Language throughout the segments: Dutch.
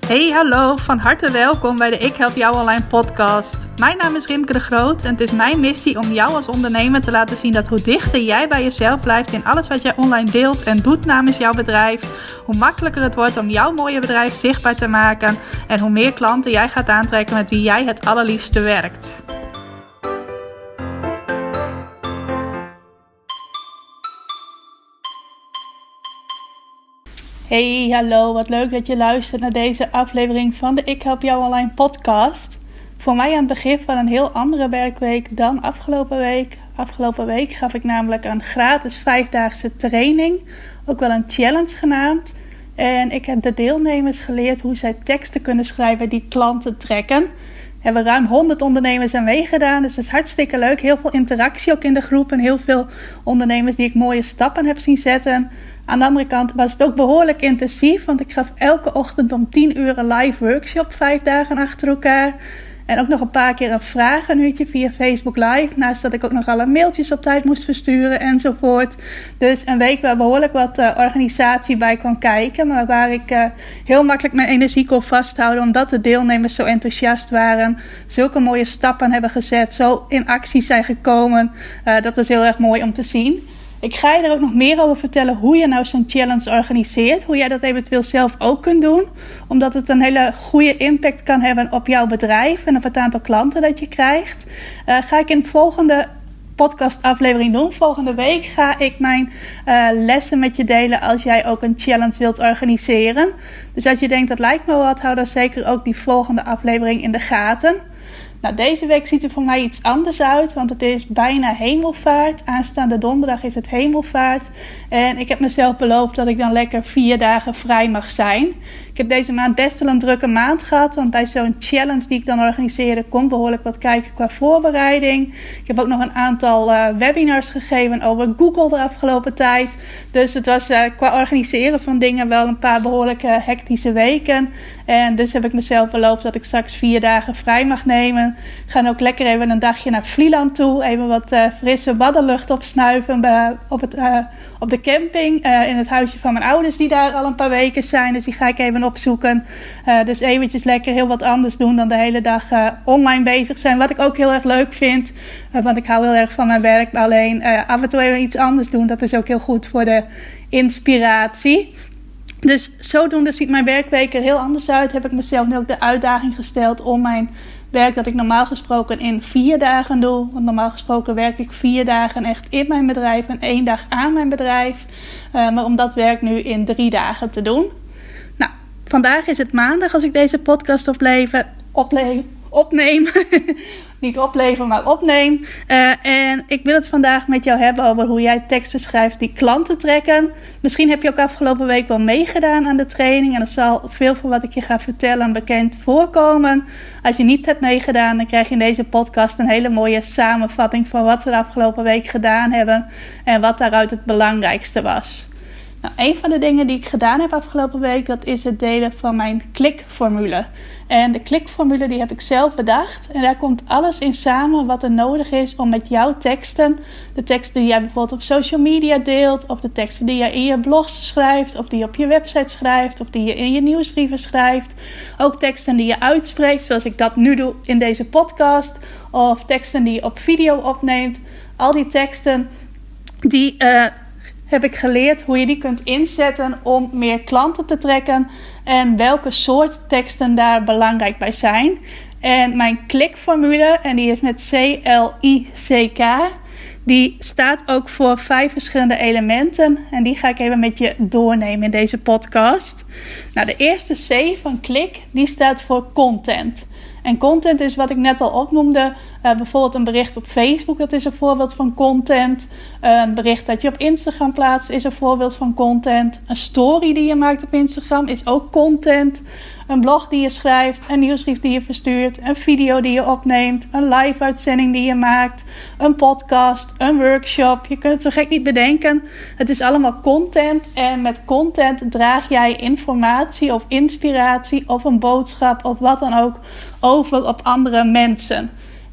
Hey, hallo, van harte welkom bij de Ik Help Jou Online podcast. Mijn naam is Rimke de Groot en het is mijn missie om jou als ondernemer te laten zien dat hoe dichter jij bij jezelf blijft in alles wat jij online deelt en doet namens jouw bedrijf, hoe makkelijker het wordt om jouw mooie bedrijf zichtbaar te maken en hoe meer klanten jij gaat aantrekken met wie jij het allerliefste werkt. Hey, hallo, wat leuk dat je luistert naar deze aflevering van de Ik Help Jou Online podcast. Voor mij aan het begin van een heel andere werkweek dan afgelopen week. Afgelopen week gaf ik namelijk een gratis 5-daagse training, ook wel een challenge genaamd. En ik heb de deelnemers geleerd hoe zij teksten kunnen schrijven die klanten trekken. Er hebben ruim 100 ondernemers aan meegedaan, dus dat is hartstikke leuk. Heel veel interactie ook in de groep en heel veel ondernemers die ik mooie stappen heb zien zetten. Aan de andere kant was het ook behoorlijk intensief, want ik gaf elke ochtend om 10 uur een live workshop, 5 dagen achter elkaar. En ook nog een paar keer een vragenuurtje via Facebook Live, naast dat ik ook nog alle mailtjes op tijd moest versturen enzovoort. Dus een week waar behoorlijk wat organisatie bij kwam kijken, maar waar ik heel makkelijk mijn energie kon vasthouden, omdat de deelnemers zo enthousiast waren, zulke mooie stappen hebben gezet, zo in actie zijn gekomen. Dat was heel erg mooi om te zien. Ik ga je er ook nog meer over vertellen hoe je nou zo'n challenge organiseert. Hoe jij dat eventueel zelf ook kunt doen. Omdat het een hele goede impact kan hebben op jouw bedrijf en op het aantal klanten dat je krijgt. Ga ik in de volgende podcastaflevering doen. Volgende week ga ik mijn lessen met je delen als jij ook een challenge wilt organiseren. Dus als je denkt dat lijkt me wat, hou dan zeker ook die volgende aflevering in de gaten. Nou, deze week ziet er voor mij iets anders uit, want het is bijna hemelvaart. Aanstaande donderdag is het hemelvaart. En ik heb mezelf beloofd dat ik dan lekker 4 dagen vrij mag zijn. Ik heb deze maand best wel een drukke maand gehad, want bij zo'n challenge die ik dan organiseerde komt behoorlijk wat kijken qua voorbereiding. Ik heb ook nog een aantal webinars gegeven over Google de afgelopen tijd. Dus het was qua organiseren van dingen wel een paar behoorlijke hectische weken. En dus heb ik mezelf beloofd dat ik straks 4 dagen vrij mag nemen. Ik ga ook lekker even een dagje naar Vlieland toe. Even wat frisse baddenlucht opsnuiven op de camping. In het huisje van mijn ouders die daar al een paar weken zijn. Dus die ga ik even opzoeken. Dus eventjes lekker heel wat anders doen dan de hele dag online bezig zijn. Wat ik ook heel erg leuk vind. Want ik hou heel erg van mijn werk. Maar alleen af en toe even iets anders doen. Dat is ook heel goed voor de inspiratie. Dus zodoende ziet mijn werkweek er heel anders uit. Heb ik mezelf nu ook de uitdaging gesteld om mijn werk dat ik normaal gesproken in 4 dagen doe. Want normaal gesproken werk ik 4 dagen echt in mijn bedrijf en 1 dag aan mijn bedrijf. Maar om dat werk nu in 3 dagen te doen. Nou, vandaag is het maandag als ik deze podcast opneem. Niet opleven, maar opneem. En ik wil het vandaag met jou hebben over hoe jij teksten schrijft die klanten trekken. Misschien heb je ook afgelopen week wel meegedaan aan de training. En dat zal veel van wat ik je ga vertellen bekend voorkomen. Als je niet hebt meegedaan, dan krijg je in deze podcast een hele mooie samenvatting van wat we de afgelopen week gedaan hebben. En wat daaruit het belangrijkste was. Nou, een van de dingen die ik gedaan heb afgelopen week, dat is het delen van mijn klikformule. En de klikformule die heb ik zelf bedacht. En daar komt alles in samen wat er nodig is om met jouw teksten, de teksten die jij bijvoorbeeld op social media deelt, of de teksten die jij in je blogs schrijft, of die je op je website schrijft, of die je in je nieuwsbrieven schrijft. Ook teksten die je uitspreekt, zoals ik dat nu doe in deze podcast, of teksten die je op video opneemt. Al die teksten die heb ik geleerd hoe je die kunt inzetten om meer klanten te trekken en welke soort teksten daar belangrijk bij zijn. En mijn klikformule, en die is met CLICK, die staat ook voor 5 verschillende elementen en die ga ik even met je doornemen in deze podcast. Nou, de eerste C van klik, die staat voor content. En content is wat ik net al opnoemde. Bijvoorbeeld een bericht op Facebook, dat is een voorbeeld van content. Een bericht dat je op Instagram plaatst is een voorbeeld van content. Een story die je maakt op Instagram is ook content. Een blog die je schrijft, een nieuwsbrief die je verstuurt, een video die je opneemt, een live uitzending die je maakt, een podcast, een workshop. Je kunt het zo gek niet bedenken. Het is allemaal content en met content draag jij informatie of inspiratie of een boodschap of wat dan ook over op andere mensen.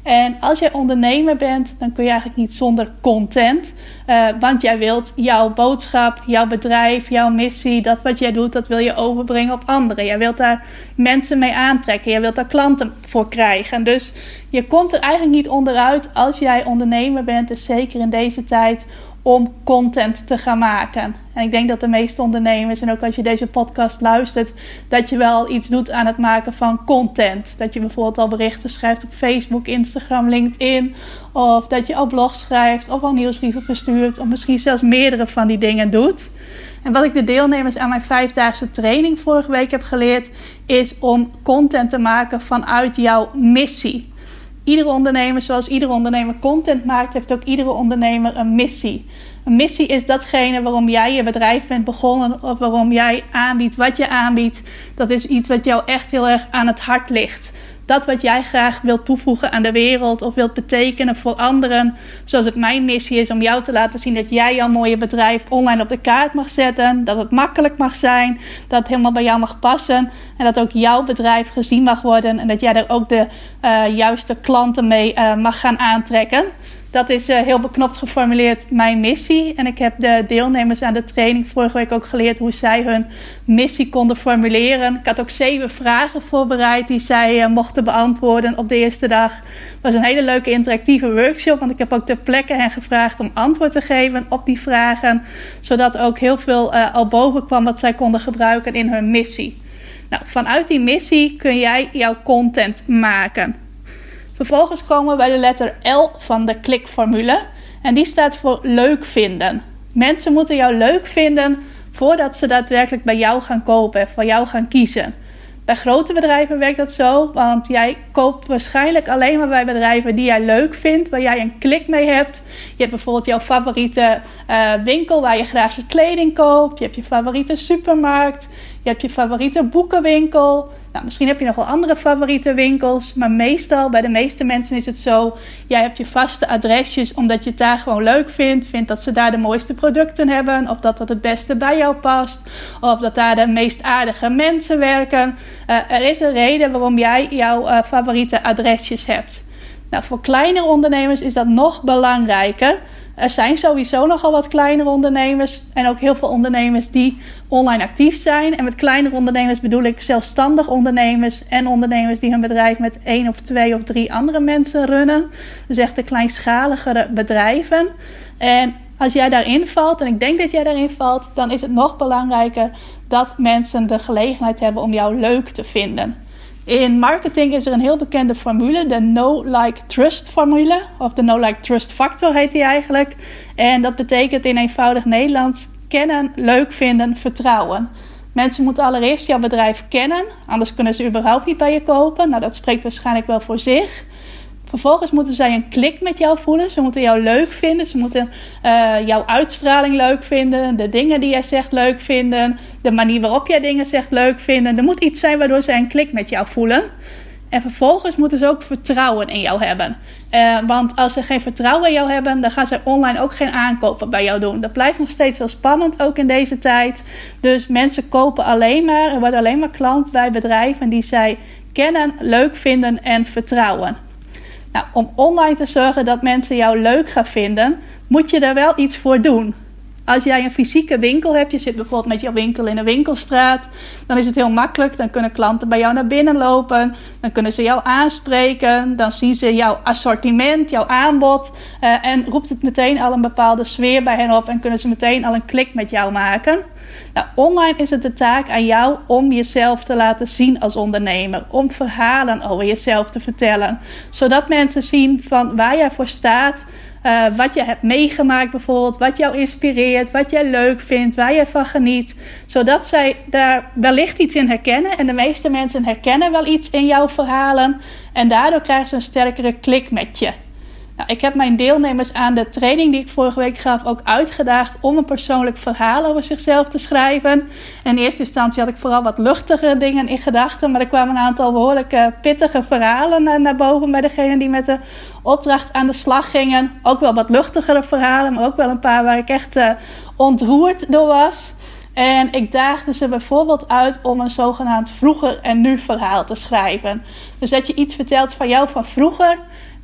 En als jij ondernemer bent, dan kun je eigenlijk niet zonder content. Want jij wilt jouw boodschap, jouw bedrijf, jouw missie, dat wat jij doet, dat wil je overbrengen op anderen. Jij wilt daar mensen mee aantrekken. Jij wilt daar klanten voor krijgen. Dus je komt er eigenlijk niet onderuit als jij ondernemer bent. Dus zeker in deze tijd om content te gaan maken. En ik denk dat de meeste ondernemers, en ook als je deze podcast luistert, dat je wel iets doet aan het maken van content. Dat je bijvoorbeeld al berichten schrijft op Facebook, Instagram, LinkedIn. Of dat je al blogs schrijft of al nieuwsbrieven verstuurt. Of misschien zelfs meerdere van die dingen doet. En wat ik de deelnemers aan mijn 5-daagse training vorige week heb geleerd, is om content te maken vanuit jouw missie. Iedere ondernemer, zoals iedere ondernemer content maakt, heeft ook iedere ondernemer een missie. Een missie is datgene waarom jij je bedrijf bent begonnen of waarom jij aanbiedt wat je aanbiedt. Dat is iets wat jou echt heel erg aan het hart ligt. Dat wat jij graag wilt toevoegen aan de wereld of wilt betekenen voor anderen. Zoals het mijn missie is om jou te laten zien dat jij jouw mooie bedrijf online op de kaart mag zetten. Dat het makkelijk mag zijn. Dat het helemaal bij jou mag passen. En dat ook jouw bedrijf gezien mag worden. En dat jij er ook de juiste klanten mee mag gaan aantrekken. Dat is heel beknopt geformuleerd mijn missie. En ik heb de deelnemers aan de training vorige week ook geleerd hoe zij hun missie konden formuleren. Ik had ook 7 vragen voorbereid die zij mochten beantwoorden op de eerste dag. Het was een hele leuke interactieve workshop. Want ik heb ook ter plekke hen gevraagd om antwoord te geven op die vragen. Zodat ook heel veel al boven kwam wat zij konden gebruiken in hun missie. Nou, vanuit die missie kun jij jouw content maken. Vervolgens komen we bij de letter L van de klikformule. En die staat voor leuk vinden. Mensen moeten jou leuk vinden voordat ze daadwerkelijk bij jou gaan kopen en voor jou gaan kiezen. Bij grote bedrijven werkt dat zo, want jij koopt waarschijnlijk alleen maar bij bedrijven die jij leuk vindt, waar jij een klik mee hebt. Je hebt bijvoorbeeld jouw favoriete winkel waar je graag je kleding koopt. Je hebt je favoriete supermarkt. Je hebt je favoriete boekenwinkel. Nou, misschien heb je nog wel andere favoriete winkels. Maar meestal, bij de meeste mensen is het zo. Jij hebt je vaste adresjes omdat je het daar gewoon leuk vindt. Vindt dat ze daar de mooiste producten hebben. Of dat het beste bij jou past. Of dat daar de meest aardige mensen werken. Er is een reden waarom jij jouw favoriete adresjes hebt. Nou, voor kleine ondernemers is dat nog belangrijker. Er zijn sowieso nogal wat kleinere ondernemers en ook heel veel ondernemers die online actief zijn. En met kleinere ondernemers bedoel ik zelfstandig ondernemers en ondernemers die hun bedrijf met 1 of 2 of 3 andere mensen runnen. Dus echt de kleinschaligere bedrijven. En als jij daarin valt, en ik denk dat jij daarin valt, dan is het nog belangrijker dat mensen de gelegenheid hebben om jou leuk te vinden. In marketing is er een heel bekende formule, de Know-Like-Trust formule. Of de Know-Like-Trust factor heet die eigenlijk. En dat betekent in eenvoudig Nederlands kennen, leuk vinden, vertrouwen. Mensen moeten allereerst jouw bedrijf kennen, anders kunnen ze überhaupt niet bij je kopen. Nou, dat spreekt waarschijnlijk wel voor zich. Vervolgens moeten zij een klik met jou voelen. Ze moeten jou leuk vinden. Ze moeten jouw uitstraling leuk vinden. De dingen die jij zegt leuk vinden. De manier waarop jij dingen zegt leuk vinden. Er moet iets zijn waardoor zij een klik met jou voelen. En vervolgens moeten ze ook vertrouwen in jou hebben. Want als ze geen vertrouwen in jou hebben, dan gaan ze online ook geen aankopen bij jou doen. Dat blijft nog steeds wel spannend, ook in deze tijd. Dus mensen kopen alleen maar, er worden alleen maar klant bij bedrijven die zij kennen, leuk vinden en vertrouwen. Nou, om online te zorgen dat mensen jou leuk gaan vinden, moet je daar wel iets voor doen. Als jij een fysieke winkel hebt, je zit bijvoorbeeld met jouw winkel in een winkelstraat, dan is het heel makkelijk. Dan kunnen klanten bij jou naar binnen lopen, dan kunnen ze jou aanspreken, dan zien ze jouw assortiment, jouw aanbod en roept het meteen al een bepaalde sfeer bij hen op en kunnen ze meteen al een klik met jou maken. Nou, online is het de taak aan jou om jezelf te laten zien als ondernemer. Om verhalen over jezelf te vertellen. Zodat mensen zien van waar jij voor staat. Wat je hebt meegemaakt bijvoorbeeld. Wat jou inspireert. Wat jij leuk vindt. Waar jij van geniet. Zodat zij daar wellicht iets in herkennen. En de meeste mensen herkennen wel iets in jouw verhalen. En daardoor krijgen ze een sterkere klik met je. Nou, ik heb mijn deelnemers aan de training die ik vorige week gaf ook uitgedaagd om een persoonlijk verhaal over zichzelf te schrijven. In eerste instantie had ik vooral wat luchtige dingen in gedachten, maar er kwamen een aantal behoorlijk pittige verhalen naar boven bij degenen die met de opdracht aan de slag gingen. Ook wel wat luchtigere verhalen, maar ook wel een paar waar ik echt ontroerd door was. En ik daagde ze bijvoorbeeld uit om een zogenaamd vroeger en nu verhaal te schrijven. Dus dat je iets vertelt van jou van vroeger.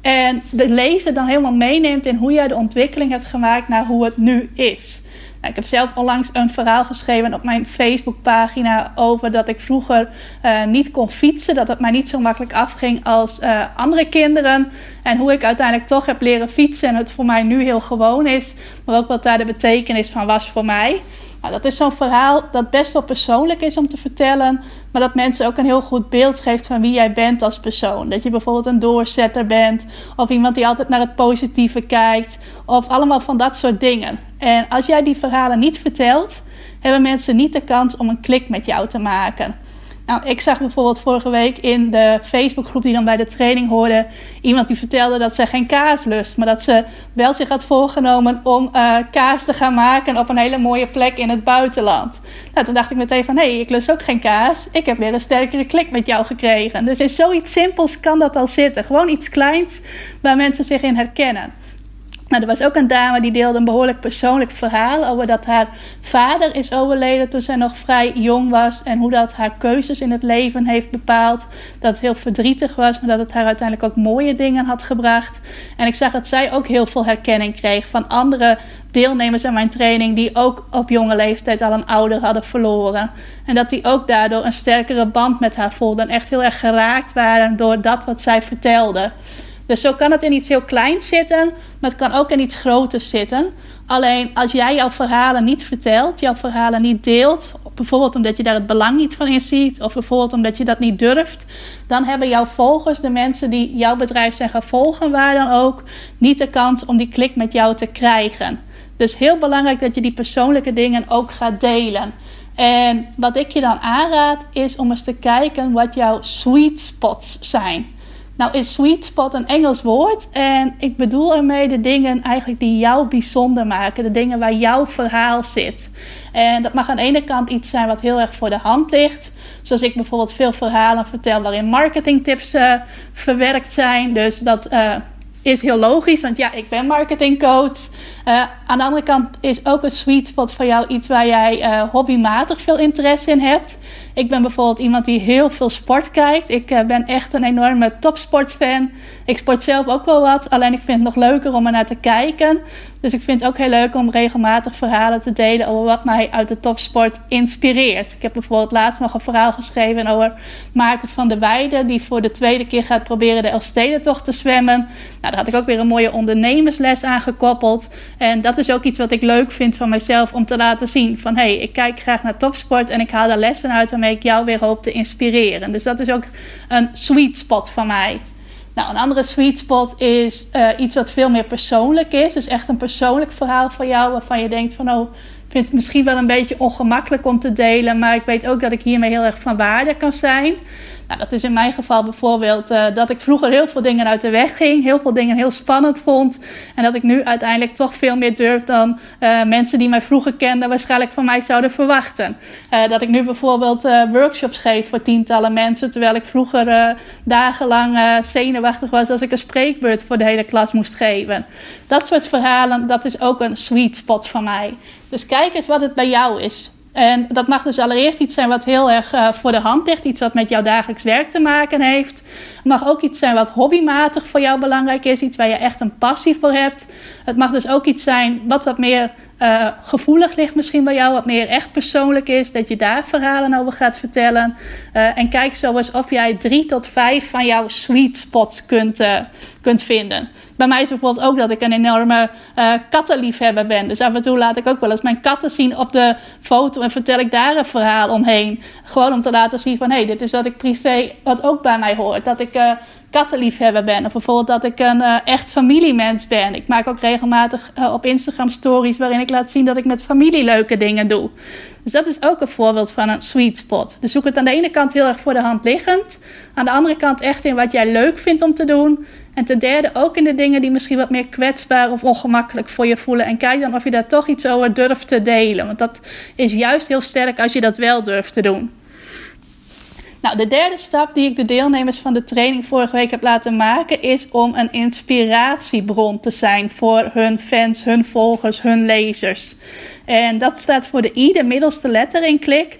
En de lezer dan helemaal meeneemt in hoe jij de ontwikkeling hebt gemaakt naar hoe het nu is. Ik heb zelf onlangs een verhaal geschreven op mijn Facebookpagina over dat ik vroeger niet kon fietsen. Dat het mij niet zo makkelijk afging als andere kinderen. En hoe ik uiteindelijk toch heb leren fietsen en het voor mij nu heel gewoon is. Maar ook wat daar de betekenis van was voor mij. Nou, dat is zo'n verhaal dat best wel persoonlijk is om te vertellen. Maar dat mensen ook een heel goed beeld geeft van wie jij bent als persoon. Dat je bijvoorbeeld een doorzetter bent. Of iemand die altijd naar het positieve kijkt. Of allemaal van dat soort dingen. En als jij die verhalen niet vertelt, hebben mensen niet de kans om een klik met jou te maken. Nou, ik zag bijvoorbeeld vorige week in de Facebookgroep die dan bij de training hoorde, iemand die vertelde dat ze geen kaas lust, maar dat ze wel zich had voorgenomen om kaas te gaan maken op een hele mooie plek in het buitenland. Nou, toen dacht ik meteen van, ik lust ook geen kaas. Ik heb weer een sterkere klik met jou gekregen. Dus in zoiets simpels kan dat al zitten. Gewoon iets kleins waar mensen zich in herkennen. Nou, er was ook een dame die deelde een behoorlijk persoonlijk verhaal over dat haar vader is overleden toen zij nog vrij jong was. En hoe dat haar keuzes in het leven heeft bepaald. Dat het heel verdrietig was, maar dat het haar uiteindelijk ook mooie dingen had gebracht. En ik zag dat zij ook heel veel herkenning kreeg van andere deelnemers aan mijn training die ook op jonge leeftijd al een ouder hadden verloren. En dat die ook daardoor een sterkere band met haar voelden. En echt heel erg geraakt waren door dat wat zij vertelde. Dus zo kan het in iets heel kleins zitten, maar het kan ook in iets groters zitten. Alleen als jij jouw verhalen niet vertelt, jouw verhalen niet deelt, bijvoorbeeld omdat je daar het belang niet van inziet, of bijvoorbeeld omdat je dat niet durft, dan hebben jouw volgers, de mensen die jouw bedrijf zijn gaan volgen, waar dan ook, niet de kans om die klik met jou te krijgen. Dus heel belangrijk dat je die persoonlijke dingen ook gaat delen. En wat ik je dan aanraad, is om eens te kijken wat jouw sweet spots zijn. Nou is sweet spot een Engels woord en ik bedoel ermee de dingen eigenlijk die jou bijzonder maken. De dingen waar jouw verhaal zit. En dat mag aan de ene kant iets zijn wat heel erg voor de hand ligt. Zoals ik bijvoorbeeld veel verhalen vertel waarin marketingtips verwerkt zijn. Dus dat is heel logisch, want ja, ik ben marketingcoach. Aan de andere kant is ook een sweet spot voor jou iets waar jij hobbymatig veel interesse in hebt. Ik ben bijvoorbeeld iemand die heel veel sport kijkt. Ik ben echt een enorme topsportfan. Ik sport zelf ook wel wat, alleen ik vind het nog leuker om er naar te kijken. Dus ik vind het ook heel leuk om regelmatig verhalen te delen over wat mij uit de topsport inspireert. Ik heb bijvoorbeeld laatst nog een verhaal geschreven over Maarten van der Weijden, die voor de tweede keer gaat proberen de Elfstedentocht te zwemmen. Nou, daar had ik ook weer een mooie ondernemersles aan gekoppeld. En dat is ook iets wat ik leuk vind van mezelf om te laten zien. Van ik kijk graag naar topsport en ik haal daar lessen uit waarmee ik jou weer hoop te inspireren. Dus dat is ook een sweet spot van mij. Nou, een andere sweet spot is iets wat veel meer persoonlijk is. Dus echt een persoonlijk verhaal van jou waarvan je denkt van ik vind het misschien wel een beetje ongemakkelijk om te delen, maar ik weet ook dat ik hiermee heel erg van waarde kan zijn. Nou, dat is in mijn geval bijvoorbeeld dat ik vroeger heel veel dingen uit de weg ging. Heel veel dingen heel spannend vond. En dat ik nu uiteindelijk toch veel meer durf dan mensen die mij vroeger kenden waarschijnlijk van mij zouden verwachten. Dat ik nu bijvoorbeeld workshops geef voor tientallen mensen. Terwijl ik vroeger dagenlang zenuwachtig was als ik een spreekbeurt voor de hele klas moest geven. Dat soort verhalen, dat is ook een sweet spot van mij. Dus kijk eens wat het bij jou is. En dat mag dus allereerst iets zijn wat heel erg voor de hand ligt. Iets wat met jouw dagelijks werk te maken heeft. Het mag ook iets zijn wat hobbymatig voor jou belangrijk is. Iets waar je echt een passie voor hebt. Het mag dus ook iets zijn wat meer gevoelig ligt misschien bij jou. Wat meer echt persoonlijk is. Dat je daar verhalen over gaat vertellen. En kijk zo eens of jij 3 tot 5 van jouw sweet spots kunt vinden. Bij mij is bijvoorbeeld ook dat ik een enorme kattenliefhebber ben. Dus af en toe laat ik ook wel eens mijn katten zien op de foto en vertel ik daar een verhaal omheen. Gewoon om te laten zien van dit is wat ik privé, wat ook bij mij hoort. Dat ik kattenliefhebber ben. Of bijvoorbeeld dat ik een echt familiemens ben. Ik maak ook regelmatig op Instagram stories waarin ik laat zien dat ik met familie leuke dingen doe. Dus dat is ook een voorbeeld van een sweet spot. Dus zoek het aan de ene kant heel erg voor de hand liggend. Aan de andere kant echt in wat jij leuk vindt om te doen. En ten derde ook in de dingen die misschien wat meer kwetsbaar of ongemakkelijk voor je voelen. En kijk dan of je daar toch iets over durft te delen. Want dat is juist heel sterk als je dat wel durft te doen. Nou, de derde stap die ik de deelnemers van de training vorige week heb laten maken, is om een inspiratiebron te zijn voor hun fans, hun volgers, hun lezers. En dat staat voor de I, de middelste letter in klik.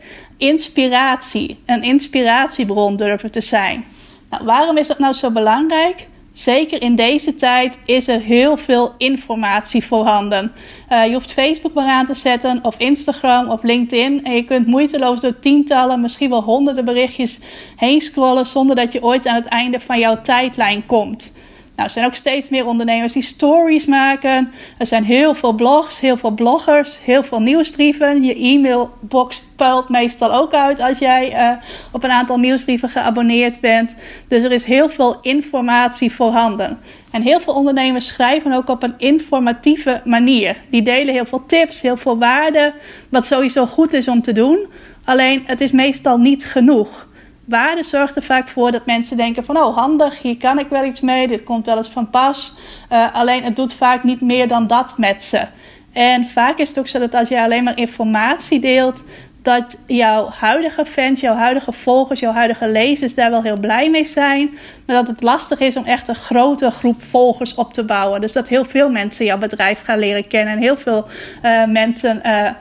Inspiratie. Een inspiratiebron durven te zijn. Nou, waarom is dat nou zo belangrijk? zeker in deze tijd is er heel veel informatie voorhanden. Je hoeft Facebook maar aan te zetten, of Instagram, of LinkedIn. En je kunt moeiteloos door tientallen, misschien wel honderden berichtjes heen scrollen, zonder dat je ooit aan het einde van jouw tijdlijn komt. Nou, er zijn ook steeds meer ondernemers die stories maken. Er zijn heel veel blogs, heel veel bloggers, heel veel nieuwsbrieven. Je e-mailbox puilt meestal ook uit als jij op een aantal nieuwsbrieven geabonneerd bent. Dus er is heel veel informatie voorhanden. En heel veel ondernemers schrijven ook op een informatieve manier. Die delen heel veel tips, heel veel waarde, wat sowieso goed is om te doen. Alleen, het is meestal niet genoeg. Waarde zorgt er vaak voor dat mensen denken van, oh handig, hier kan ik wel iets mee, dit komt wel eens van pas. Alleen het doet vaak niet meer dan dat met ze. En vaak is het ook zo dat als je alleen maar informatie deelt, dat jouw huidige fans, jouw huidige volgers, jouw huidige lezers daar wel heel blij mee zijn. Maar dat het lastig is om echt een grote groep volgers op te bouwen. Dus dat heel veel mensen jouw bedrijf gaan leren kennen en heel veel mensen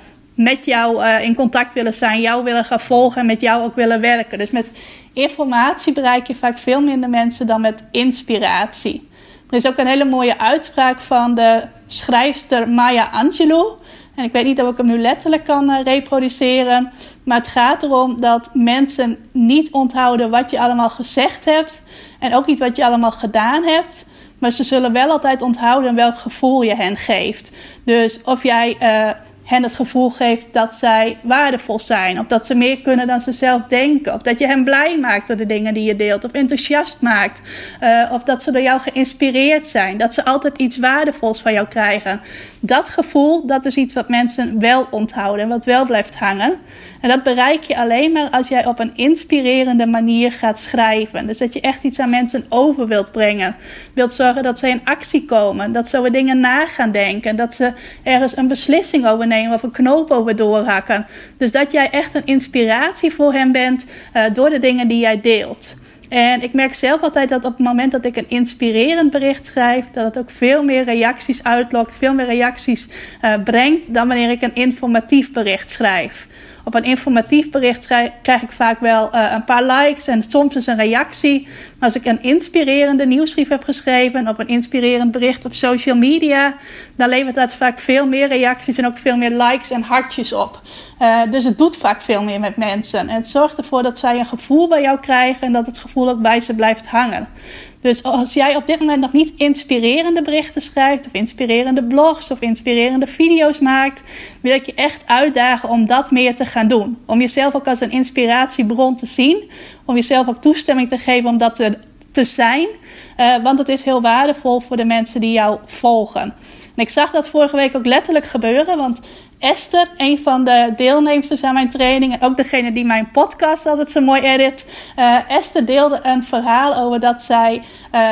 met jou in contact willen zijn, jou willen gaan volgen en met jou ook willen werken. Dus met informatie bereik je vaak veel minder mensen dan met inspiratie. Er is ook een hele mooie uitspraak van de schrijfster Maya Angelou. En ik weet niet of ik hem nu letterlijk kan reproduceren. Maar het gaat erom dat mensen niet onthouden wat je allemaal gezegd hebt. En ook niet wat je allemaal gedaan hebt. Maar ze zullen wel altijd onthouden welk gevoel je hen geeft. Dus of jij hen het gevoel geeft dat zij waardevol zijn. Of dat ze meer kunnen dan ze zelf denken. Of dat je hen blij maakt door de dingen die je deelt. Of enthousiast maakt. Of dat ze door jou geïnspireerd zijn. Dat ze altijd iets waardevols van jou krijgen. Dat gevoel, dat is iets wat mensen wel onthouden. Wat wel blijft hangen. En dat bereik je alleen maar als jij op een inspirerende manier gaat schrijven. Dus dat je echt iets aan mensen over wilt brengen. Wilt zorgen dat ze in actie komen. Dat ze over dingen na gaan denken. Dat ze ergens een beslissing over nemen of een knoop over doorhakken. Dus dat jij echt een inspiratie voor hen bent door de dingen die jij deelt. En ik merk zelf altijd dat op het moment dat ik een inspirerend bericht schrijf, dat het ook veel meer reacties uitlokt, veel meer reacties brengt dan wanneer ik een informatief bericht schrijf. Op een informatief bericht krijg ik vaak wel een paar likes en soms is een reactie. Maar als ik een inspirerende nieuwsbrief heb geschreven of een inspirerend bericht op social media, dan levert dat vaak veel meer reacties en ook veel meer likes en hartjes op. Dus het doet vaak veel meer met mensen. En het zorgt ervoor dat zij een gevoel bij jou krijgen en dat het gevoel ook bij ze blijft hangen. Dus als jij op dit moment nog niet inspirerende berichten schrijft, of inspirerende blogs, of inspirerende video's maakt, wil ik je echt uitdagen om dat meer te gaan doen. Om jezelf ook als een inspiratiebron te zien. Om jezelf ook toestemming te geven om dat te zijn. Want het is heel waardevol voor de mensen die jou volgen. En ik zag dat vorige week ook letterlijk gebeuren, want Esther, een van de deelnemsters aan mijn training en ook degene die mijn podcast altijd zo mooi edit. Esther deelde een verhaal over dat zij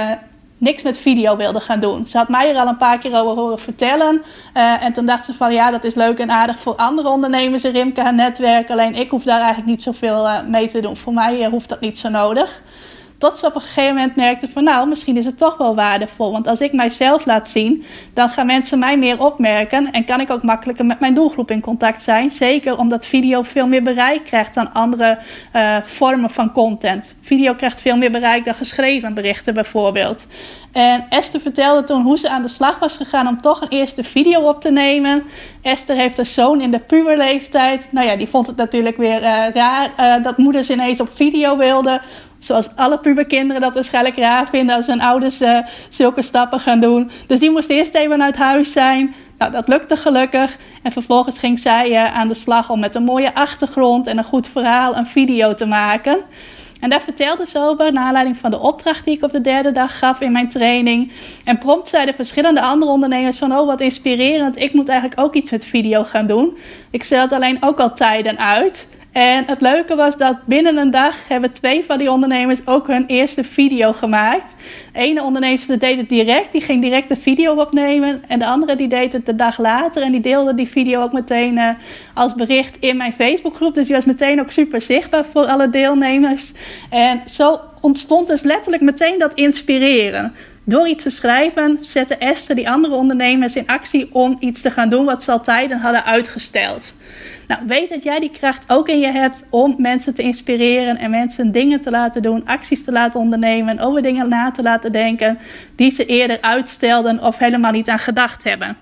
niks met video wilde gaan doen. Ze had mij er al een paar keer over horen vertellen. En toen dacht ze van ja, dat is leuk en aardig voor andere ondernemers in Rimke haar netwerk. Alleen ik hoef daar eigenlijk niet zoveel mee te doen. Voor mij hoeft dat niet zo nodig. Tot ze op een gegeven moment merkte van nou, misschien is het toch wel waardevol. Want als ik mijzelf laat zien, dan gaan mensen mij meer opmerken. En kan ik ook makkelijker met mijn doelgroep in contact zijn. Zeker omdat video veel meer bereik krijgt dan andere vormen van content. Video krijgt veel meer bereik dan geschreven berichten bijvoorbeeld. En Esther vertelde toen hoe ze aan de slag was gegaan om toch een eerste video op te nemen. Esther heeft een zoon in de puberleeftijd. Nou ja, die vond het natuurlijk weer raar dat moeders ineens op video wilden. Zoals alle puberkinderen dat waarschijnlijk raar vinden als hun ouders zulke stappen gaan doen. Dus die moest eerst even uit huis zijn. Nou, dat lukte gelukkig. En vervolgens ging zij aan de slag om met een mooie achtergrond en een goed verhaal een video te maken. En daar vertelde ze over, naar aanleiding van de opdracht die ik op de derde dag gaf in mijn training. En prompt zeiden verschillende andere ondernemers van, oh wat inspirerend, ik moet eigenlijk ook iets met video gaan doen. Ik stel het alleen ook al tijden uit. En het leuke was dat binnen een dag hebben 2 van die ondernemers ook hun eerste video gemaakt. De ene ondernemer deed het direct, die ging direct de video opnemen. En de andere die deed het de dag later en die deelde die video ook meteen als bericht in mijn Facebookgroep. Dus die was meteen ook super zichtbaar voor alle deelnemers. En zo ontstond dus letterlijk meteen dat inspireren. Door iets te schrijven zette Esther die andere ondernemers in actie om iets te gaan doen wat ze al tijden hadden uitgesteld. Nou, weet dat jij die kracht ook in je hebt om mensen te inspireren en mensen dingen te laten doen, acties te laten ondernemen, over dingen na te laten denken die ze eerder uitstelden of helemaal niet aan gedacht hebben.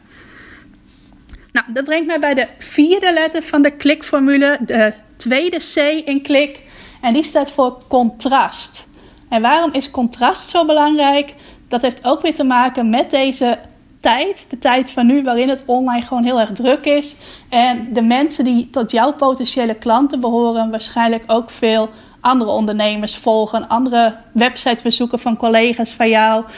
Nou, dat brengt mij bij de 4e letter van de klikformule, de 2e C in klik. En die staat voor contrast. En waarom is contrast zo belangrijk? Dat heeft ook weer te maken met deze tijd. De tijd van nu waarin het online gewoon heel erg druk is. En de mensen die tot jouw potentiële klanten behoren waarschijnlijk ook veel andere ondernemers volgen, andere websitebezoeken van collega's van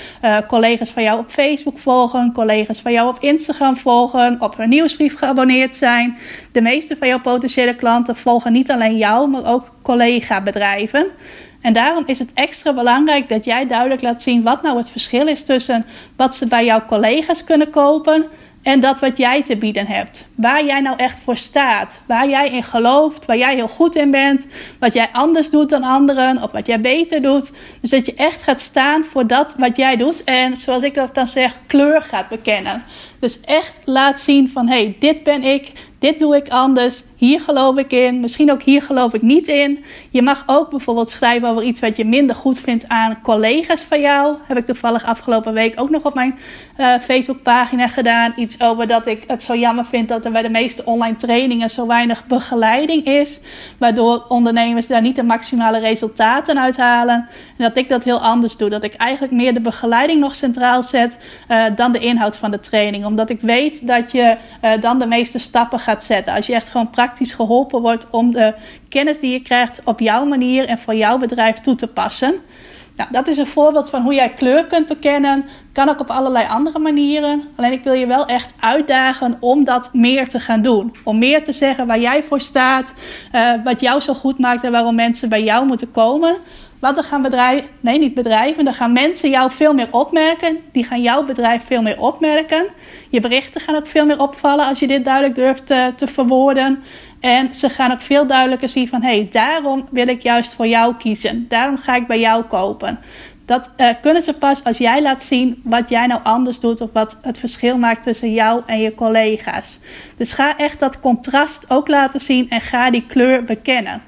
jou op Facebook volgen, collega's van jou op Instagram volgen, op hun nieuwsbrief geabonneerd zijn. De meeste van jouw potentiële klanten volgen niet alleen jou, maar ook collega-bedrijven. En daarom is het extra belangrijk dat jij duidelijk laat zien wat nou het verschil is tussen wat ze bij jouw collega's kunnen kopen en dat wat jij te bieden hebt. Waar jij nou echt voor staat. Waar jij in gelooft. Waar jij heel goed in bent. Wat jij anders doet dan anderen. Of wat jij beter doet. Dus dat je echt gaat staan voor dat wat jij doet. En zoals ik dat dan zeg, kleur gaat bekennen. Dus echt laat zien van, hey, dit ben ik. Dit doe ik anders. Hier geloof ik in. Misschien ook hier geloof ik niet in. Je mag ook bijvoorbeeld schrijven over iets wat je minder goed vindt aan collega's van jou. Heb ik toevallig afgelopen week ook nog op mijn Facebookpagina gedaan. Iets over dat ik het zo jammer vind dat er bij de meeste online trainingen zo weinig begeleiding is. Waardoor ondernemers daar niet de maximale resultaten uithalen. En dat ik dat heel anders doe. Dat ik eigenlijk meer de begeleiding nog centraal zet dan de inhoud van de training. Omdat ik weet dat je dan de meeste stappen gaat zetten. Als je echt gewoon praktisch geholpen wordt om de kennis die je krijgt op jouw manier en voor jouw bedrijf toe te passen. Nou, dat is een voorbeeld van hoe jij kleur kunt bekennen. Kan ook op allerlei andere manieren. Alleen ik wil je wel echt uitdagen om dat meer te gaan doen. Om meer te zeggen waar jij voor staat. Wat jou zo goed maakt en waarom mensen bij jou moeten komen. Want dan gaan dan gaan mensen jou veel meer opmerken. Die gaan jouw bedrijf veel meer opmerken. Je berichten gaan ook veel meer opvallen als je dit duidelijk durft te verwoorden. En ze gaan ook veel duidelijker zien van, hey, daarom wil ik juist voor jou kiezen. Daarom ga ik bij jou kopen. Dat kunnen ze pas als jij laat zien wat jij nou anders doet. Of wat het verschil maakt tussen jou en je collega's. Dus ga echt dat contrast ook laten zien en ga die kleur bekennen.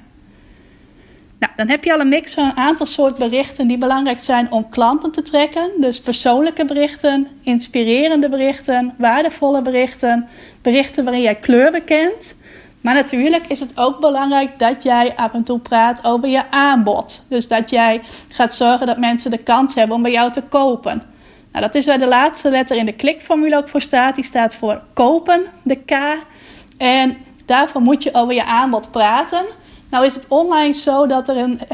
Nou, dan heb je al een mix van een aantal soorten berichten die belangrijk zijn om klanten te trekken. Dus persoonlijke berichten, inspirerende berichten, waardevolle berichten, berichten waarin jij kleur bekent. Maar natuurlijk is het ook belangrijk dat jij af en toe praat over je aanbod. Dus dat jij gaat zorgen dat mensen de kans hebben om bij jou te kopen. Nou, dat is waar de laatste letter in de klikformule ook voor staat. Die staat voor kopen, de K. En daarvoor moet je over je aanbod praten. Nou is het online zo dat er een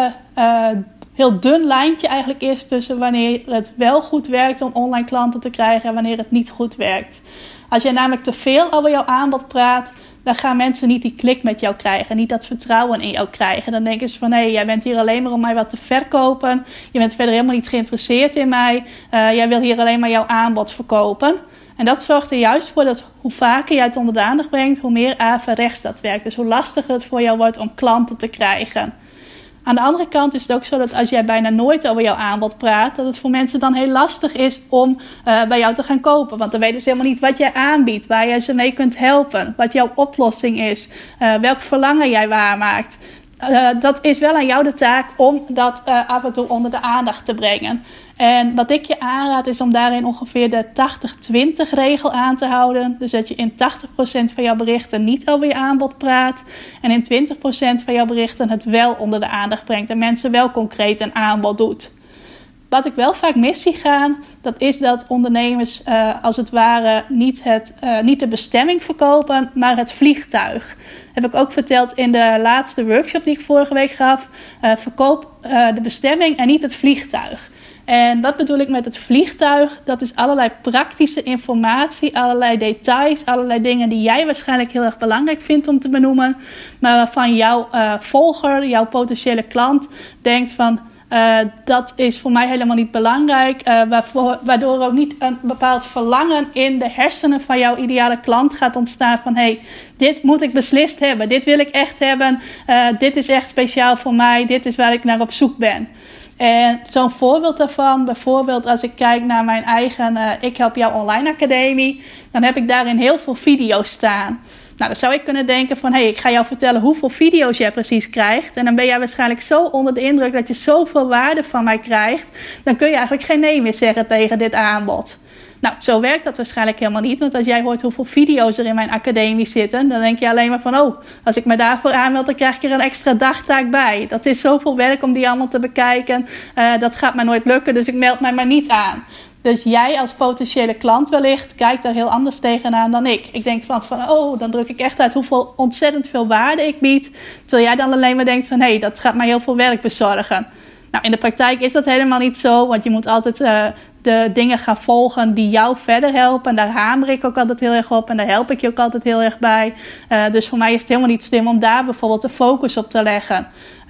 heel dun lijntje eigenlijk is tussen wanneer het wel goed werkt om online klanten te krijgen en wanneer het niet goed werkt. Als jij namelijk te veel over jouw aanbod praat, dan gaan mensen niet die klik met jou krijgen, niet dat vertrouwen in jou krijgen. Dan denken ze van, hé, jij bent hier alleen maar om mij wat te verkopen. Je bent verder helemaal niet geïnteresseerd in mij. Jij wil hier alleen maar jouw aanbod verkopen. En dat zorgt er juist voor dat hoe vaker jij het onder de aandacht brengt, hoe meer averechts dat werkt. Dus hoe lastiger het voor jou wordt om klanten te krijgen. Aan de andere kant is het ook zo dat als jij bijna nooit over jouw aanbod praat, dat het voor mensen dan heel lastig is om bij jou te gaan kopen. Want dan weten ze helemaal niet wat jij aanbiedt, waar jij ze mee kunt helpen, wat jouw oplossing is, welk verlangen jij waarmaakt. Dat is wel aan jou de taak om dat af en toe onder de aandacht te brengen. En wat ik je aanraad is om daarin ongeveer de 80-20 regel aan te houden. Dus dat je in 80% van jouw berichten niet over je aanbod praat. En in 20% van jouw berichten het wel onder de aandacht brengt. En mensen wel concreet een aanbod doet. Wat ik wel vaak mis zie gaan, dat is dat ondernemers als het ware niet de bestemming verkopen, maar het vliegtuig. Heb ik ook verteld in de laatste workshop die ik vorige week gaf. Verkoop de bestemming en niet het vliegtuig. En wat bedoel ik met het vliegtuig? Dat is allerlei praktische informatie, allerlei details, allerlei dingen die jij waarschijnlijk heel erg belangrijk vindt om te benoemen. Maar waarvan jouw volger, jouw potentiële klant denkt van, dat is voor mij helemaal niet belangrijk. Waardoor ook niet een bepaald verlangen in de hersenen van jouw ideale klant gaat ontstaan van, hey, dit moet ik beslist hebben. Dit wil ik echt hebben. Dit is echt speciaal voor mij. Dit is waar ik naar op zoek ben. En zo'n voorbeeld daarvan, bijvoorbeeld als ik kijk naar mijn eigen Ik Help Jou Online Academie, dan heb ik daarin heel veel video's staan. Nou, dan zou ik kunnen denken van, ik ga jou vertellen hoeveel video's jij precies krijgt. En dan ben jij waarschijnlijk zo onder de indruk dat je zoveel waarde van mij krijgt. Dan kun je eigenlijk geen nee meer zeggen tegen dit aanbod. Nou, zo werkt dat waarschijnlijk helemaal niet. Want als jij hoort hoeveel video's er in mijn academie zitten, dan denk je alleen maar van, als ik me daarvoor aanmeld, dan krijg ik er een extra dagtaak bij. Dat is zoveel werk om die allemaal te bekijken. Dat gaat mij nooit lukken, dus ik meld mij maar niet aan. Dus jij als potentiële klant wellicht kijkt daar heel anders tegenaan dan ik. Ik denk van dan druk ik echt uit hoeveel ontzettend veel waarde ik bied. Terwijl jij dan alleen maar denkt van, dat gaat mij heel veel werk bezorgen. Nou, in de praktijk is dat helemaal niet zo, want je moet altijd de dingen gaan volgen die jou verder helpen. En daar hamer ik ook altijd heel erg op en daar help ik je ook altijd heel erg bij. Dus voor mij is het helemaal niet slim om daar bijvoorbeeld de focus op te leggen.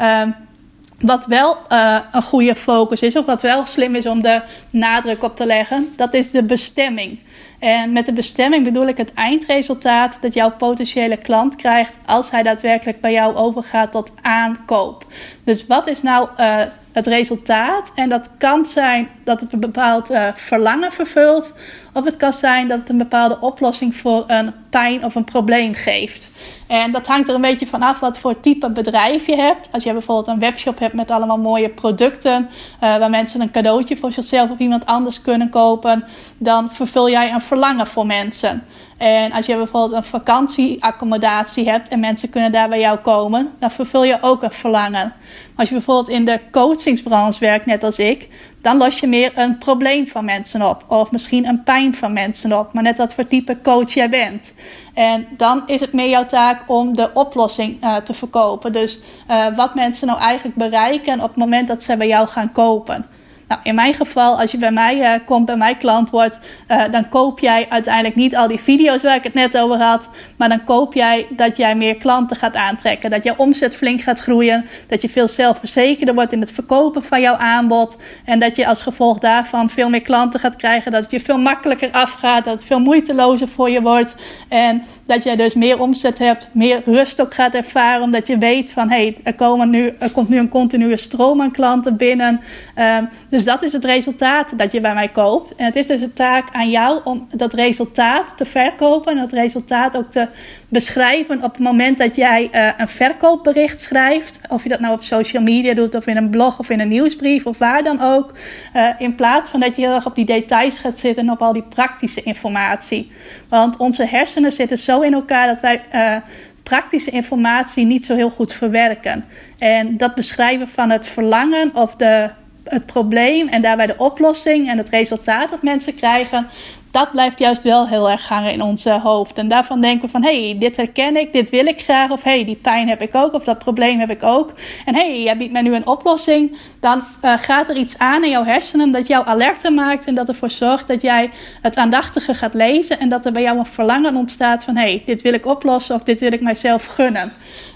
Wat wel een goede focus is, of wat wel slim is om de nadruk op te leggen, dat is de bestemming. En met de bestemming bedoel ik het eindresultaat dat jouw potentiële klant krijgt als hij daadwerkelijk bij jou overgaat tot aankoop. Dus wat is nou het resultaat? En dat kan zijn dat het een bepaald verlangen vervult, of het kan zijn dat het een bepaalde oplossing voor een pijn of een probleem geeft. En dat hangt er een beetje vanaf wat voor type bedrijf je hebt. Als je bijvoorbeeld een webshop hebt met allemaal mooie producten, waar mensen een cadeautje voor zichzelf of iemand anders kunnen kopen, dan vervul jij een verlangen voor mensen. En als je bijvoorbeeld een vakantieaccommodatie hebt en mensen kunnen daar bij jou komen, dan vervul je ook een verlangen. Als je bijvoorbeeld in de coachingsbranche werkt, net als ik, dan los je meer een probleem van mensen op. Of misschien een pijn van mensen op. Maar net wat voor type coach jij bent. En dan is het meer jouw taak om de oplossing te verkopen. Dus wat mensen nou eigenlijk bereiken op het moment dat ze bij jou gaan kopen. Nou, in mijn geval, als je bij mij komt, bij mijn klant wordt, dan koop jij uiteindelijk niet al die video's waar ik het net over had. Maar dan koop jij dat jij meer klanten gaat aantrekken. Dat jouw omzet flink gaat groeien. Dat je veel zelfverzekerder wordt in het verkopen van jouw aanbod. En dat je als gevolg daarvan veel meer klanten gaat krijgen. Dat het je veel makkelijker afgaat. Dat het veel moeitelozer voor je wordt. En dat jij dus meer omzet hebt. Meer rust ook gaat ervaren. Omdat je weet van, er komt nu een continue stroom aan klanten binnen. Dus dat is het resultaat dat je bij mij koopt. En het is dus de taak aan jou om dat resultaat te verkopen. En dat resultaat ook te beschrijven op het moment dat jij een verkoopbericht schrijft. Of je dat nou op social media doet of in een blog of in een nieuwsbrief of waar dan ook. In plaats van dat je heel erg op die details gaat zitten en op al die praktische informatie. Want onze hersenen zitten zo in elkaar dat wij praktische informatie niet zo heel goed verwerken. En dat beschrijven van het verlangen of het probleem en daarbij de oplossing en het resultaat dat mensen krijgen, dat blijft juist wel heel erg hangen in ons hoofd. En daarvan denken we van, dit herken ik, dit wil ik graag. Of die pijn heb ik ook, of dat probleem heb ik ook. En jij biedt mij nu een oplossing. Dan gaat er iets aan in jouw hersenen dat jou alerter maakt. En dat ervoor zorgt dat jij het aandachtiger gaat lezen. En dat er bij jou een verlangen ontstaat van, dit wil ik oplossen of dit wil ik mijzelf gunnen.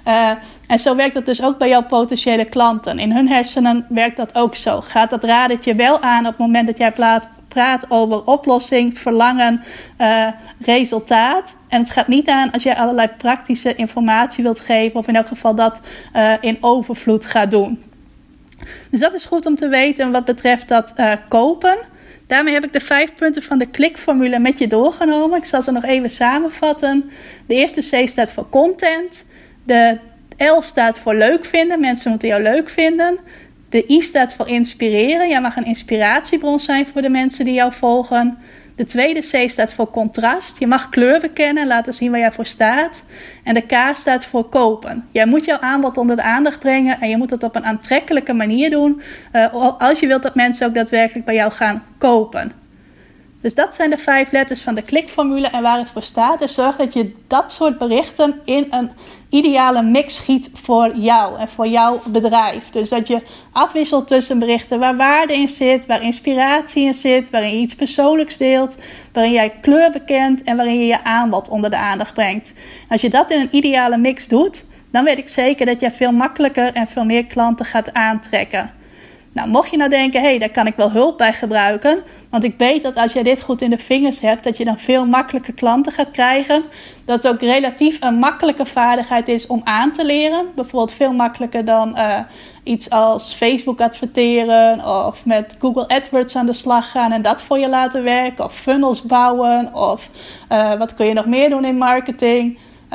En zo werkt dat dus ook bij jouw potentiële klanten. In hun hersenen werkt dat ook zo. Gaat dat radertje wel aan op het moment dat jij praat over oplossing, verlangen, resultaat. En het gaat niet aan als jij allerlei praktische informatie wilt geven. Of in elk geval dat in overvloed gaat doen. Dus dat is goed om te weten wat betreft dat kopen. Daarmee heb ik de 5 punten van de klikformule met je doorgenomen. Ik zal ze nog even samenvatten. De eerste C staat voor content. De L staat voor leuk vinden. Mensen moeten jou leuk vinden. De I staat voor inspireren. Jij mag een inspiratiebron zijn voor de mensen die jou volgen. De tweede C staat voor contrast. Je mag kleur bekennen en laten zien waar jij voor staat. En de K staat voor kopen. Jij moet jouw aanbod onder de aandacht brengen en je moet het op een aantrekkelijke manier doen. Als je wilt dat mensen ook daadwerkelijk bij jou gaan kopen. Dus dat zijn de 5 letters van de klikformule. En waar het voor staat is zorg dat je dat soort berichten in een ideale mix schiet voor jou en voor jouw bedrijf. Dus dat je afwisselt tussen berichten waar waarde in zit, waar inspiratie in zit, waarin je iets persoonlijks deelt, waarin jij kleur bekent en waarin je je aanbod onder de aandacht brengt. Als je dat in een ideale mix doet, dan weet ik zeker dat jij veel makkelijker en veel meer klanten gaat aantrekken. Nou, mocht je nou denken, daar kan ik wel hulp bij gebruiken. Want ik weet dat als jij dit goed in de vingers hebt, dat je dan veel makkelijker klanten gaat krijgen. Dat het ook relatief een makkelijke vaardigheid is om aan te leren. Bijvoorbeeld veel makkelijker dan iets als Facebook adverteren of met Google AdWords aan de slag gaan en dat voor je laten werken. Of funnels bouwen of wat kun je nog meer doen in marketing.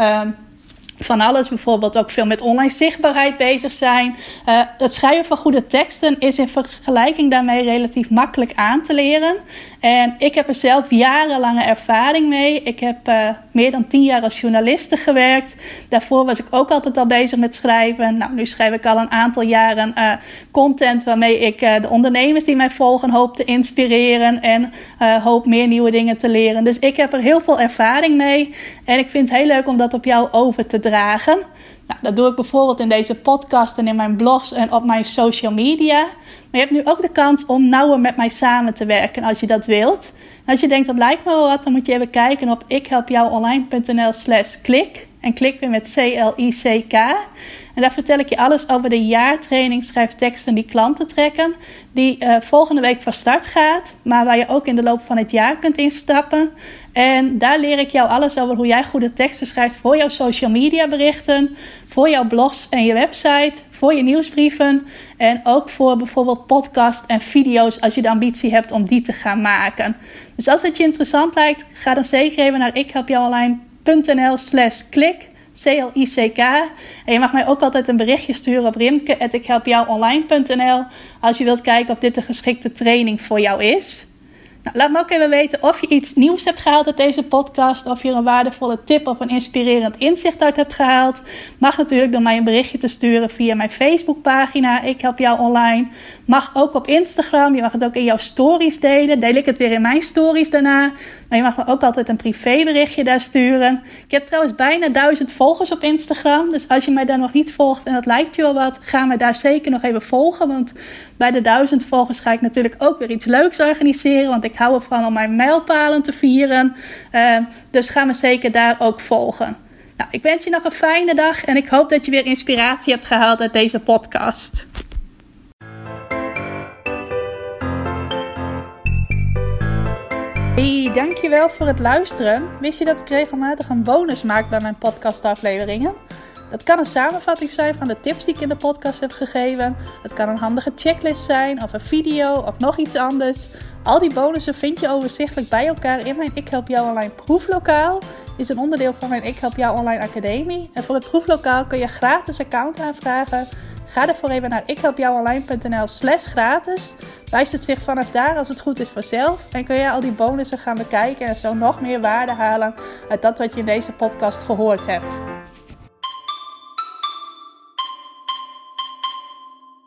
Van alles, bijvoorbeeld ook veel met online zichtbaarheid bezig zijn. Het schrijven van goede teksten is in vergelijking daarmee relatief makkelijk aan te leren. En ik heb er zelf jarenlange ervaring mee. Ik heb meer dan 10 jaar als journaliste gewerkt. Daarvoor was ik ook altijd al bezig met schrijven. Nou, nu schrijf ik al een aantal jaren content waarmee ik de ondernemers die mij volgen hoop te inspireren en hoop meer nieuwe dingen te leren. Dus ik heb er heel veel ervaring mee en ik vind het heel leuk om dat op jou over te dragen. Nou, dat doe ik bijvoorbeeld in deze podcast en in mijn blogs en op mijn social media. Maar je hebt nu ook de kans om nauwer met mij samen te werken als je dat wilt. En als je denkt dat lijkt me wel wat, dan moet je even kijken op ikhelpjouonline.nl/klik. En klik weer met CLICK. En daar vertel ik je alles over de jaartraining schrijfteksten die klanten trekken. Die volgende week van start gaat. Maar waar je ook in de loop van het jaar kunt instappen. En daar leer ik jou alles over hoe jij goede teksten schrijft voor jouw social media berichten. Voor jouw blogs en je website. Voor je nieuwsbrieven. En ook voor bijvoorbeeld podcast en video's als je de ambitie hebt om die te gaan maken. Dus als het je interessant lijkt, ga dan zeker even naar ikhelpjouonline.nl/klik. CLICK. En je mag mij ook altijd een berichtje sturen op rimke@ikhelpjouonline.nl als je wilt kijken of dit de geschikte training voor jou is. Nou, laat me ook even weten of je iets nieuws hebt gehaald uit deze podcast. Of je er een waardevolle tip of een inspirerend inzicht uit hebt gehaald. Mag natuurlijk door mij een berichtje te sturen via mijn Facebookpagina. Ik help jou online. Mag ook op Instagram. Je mag het ook in jouw stories delen. Deel ik het weer in mijn stories daarna. Maar je mag me ook altijd een privéberichtje daar sturen. Ik heb trouwens bijna 1000 volgers op Instagram. Dus als je mij daar nog niet volgt en dat lijkt je wel wat, ga me daar zeker nog even volgen. Want bij de 1000 volgers ga ik natuurlijk ook weer iets leuks organiseren. Want ik hou ervan om mijn mijlpalen te vieren. Dus ga me zeker daar ook volgen. Nou, ik wens je nog een fijne dag. En ik hoop dat je weer inspiratie hebt gehaald uit deze podcast. Hey, dankjewel voor het luisteren. Wist je dat ik regelmatig een bonus maak bij mijn podcastafleveringen? Dat kan een samenvatting zijn van de tips die ik in de podcast heb gegeven. Het kan een handige checklist zijn of een video of nog iets anders. Al die bonussen vind je overzichtelijk bij elkaar in mijn Ik Help Jou Online proeflokaal. Is een onderdeel van mijn Ik Help Jou Online Academie. En voor het proeflokaal kun je gratis account aanvragen. Ga daarvoor even naar ikhelpjouonline.nl/gratis. Wijst het zich vanaf daar als het goed is vanzelf. En kun je al die bonussen gaan bekijken en zo nog meer waarde halen uit dat wat je in deze podcast gehoord hebt.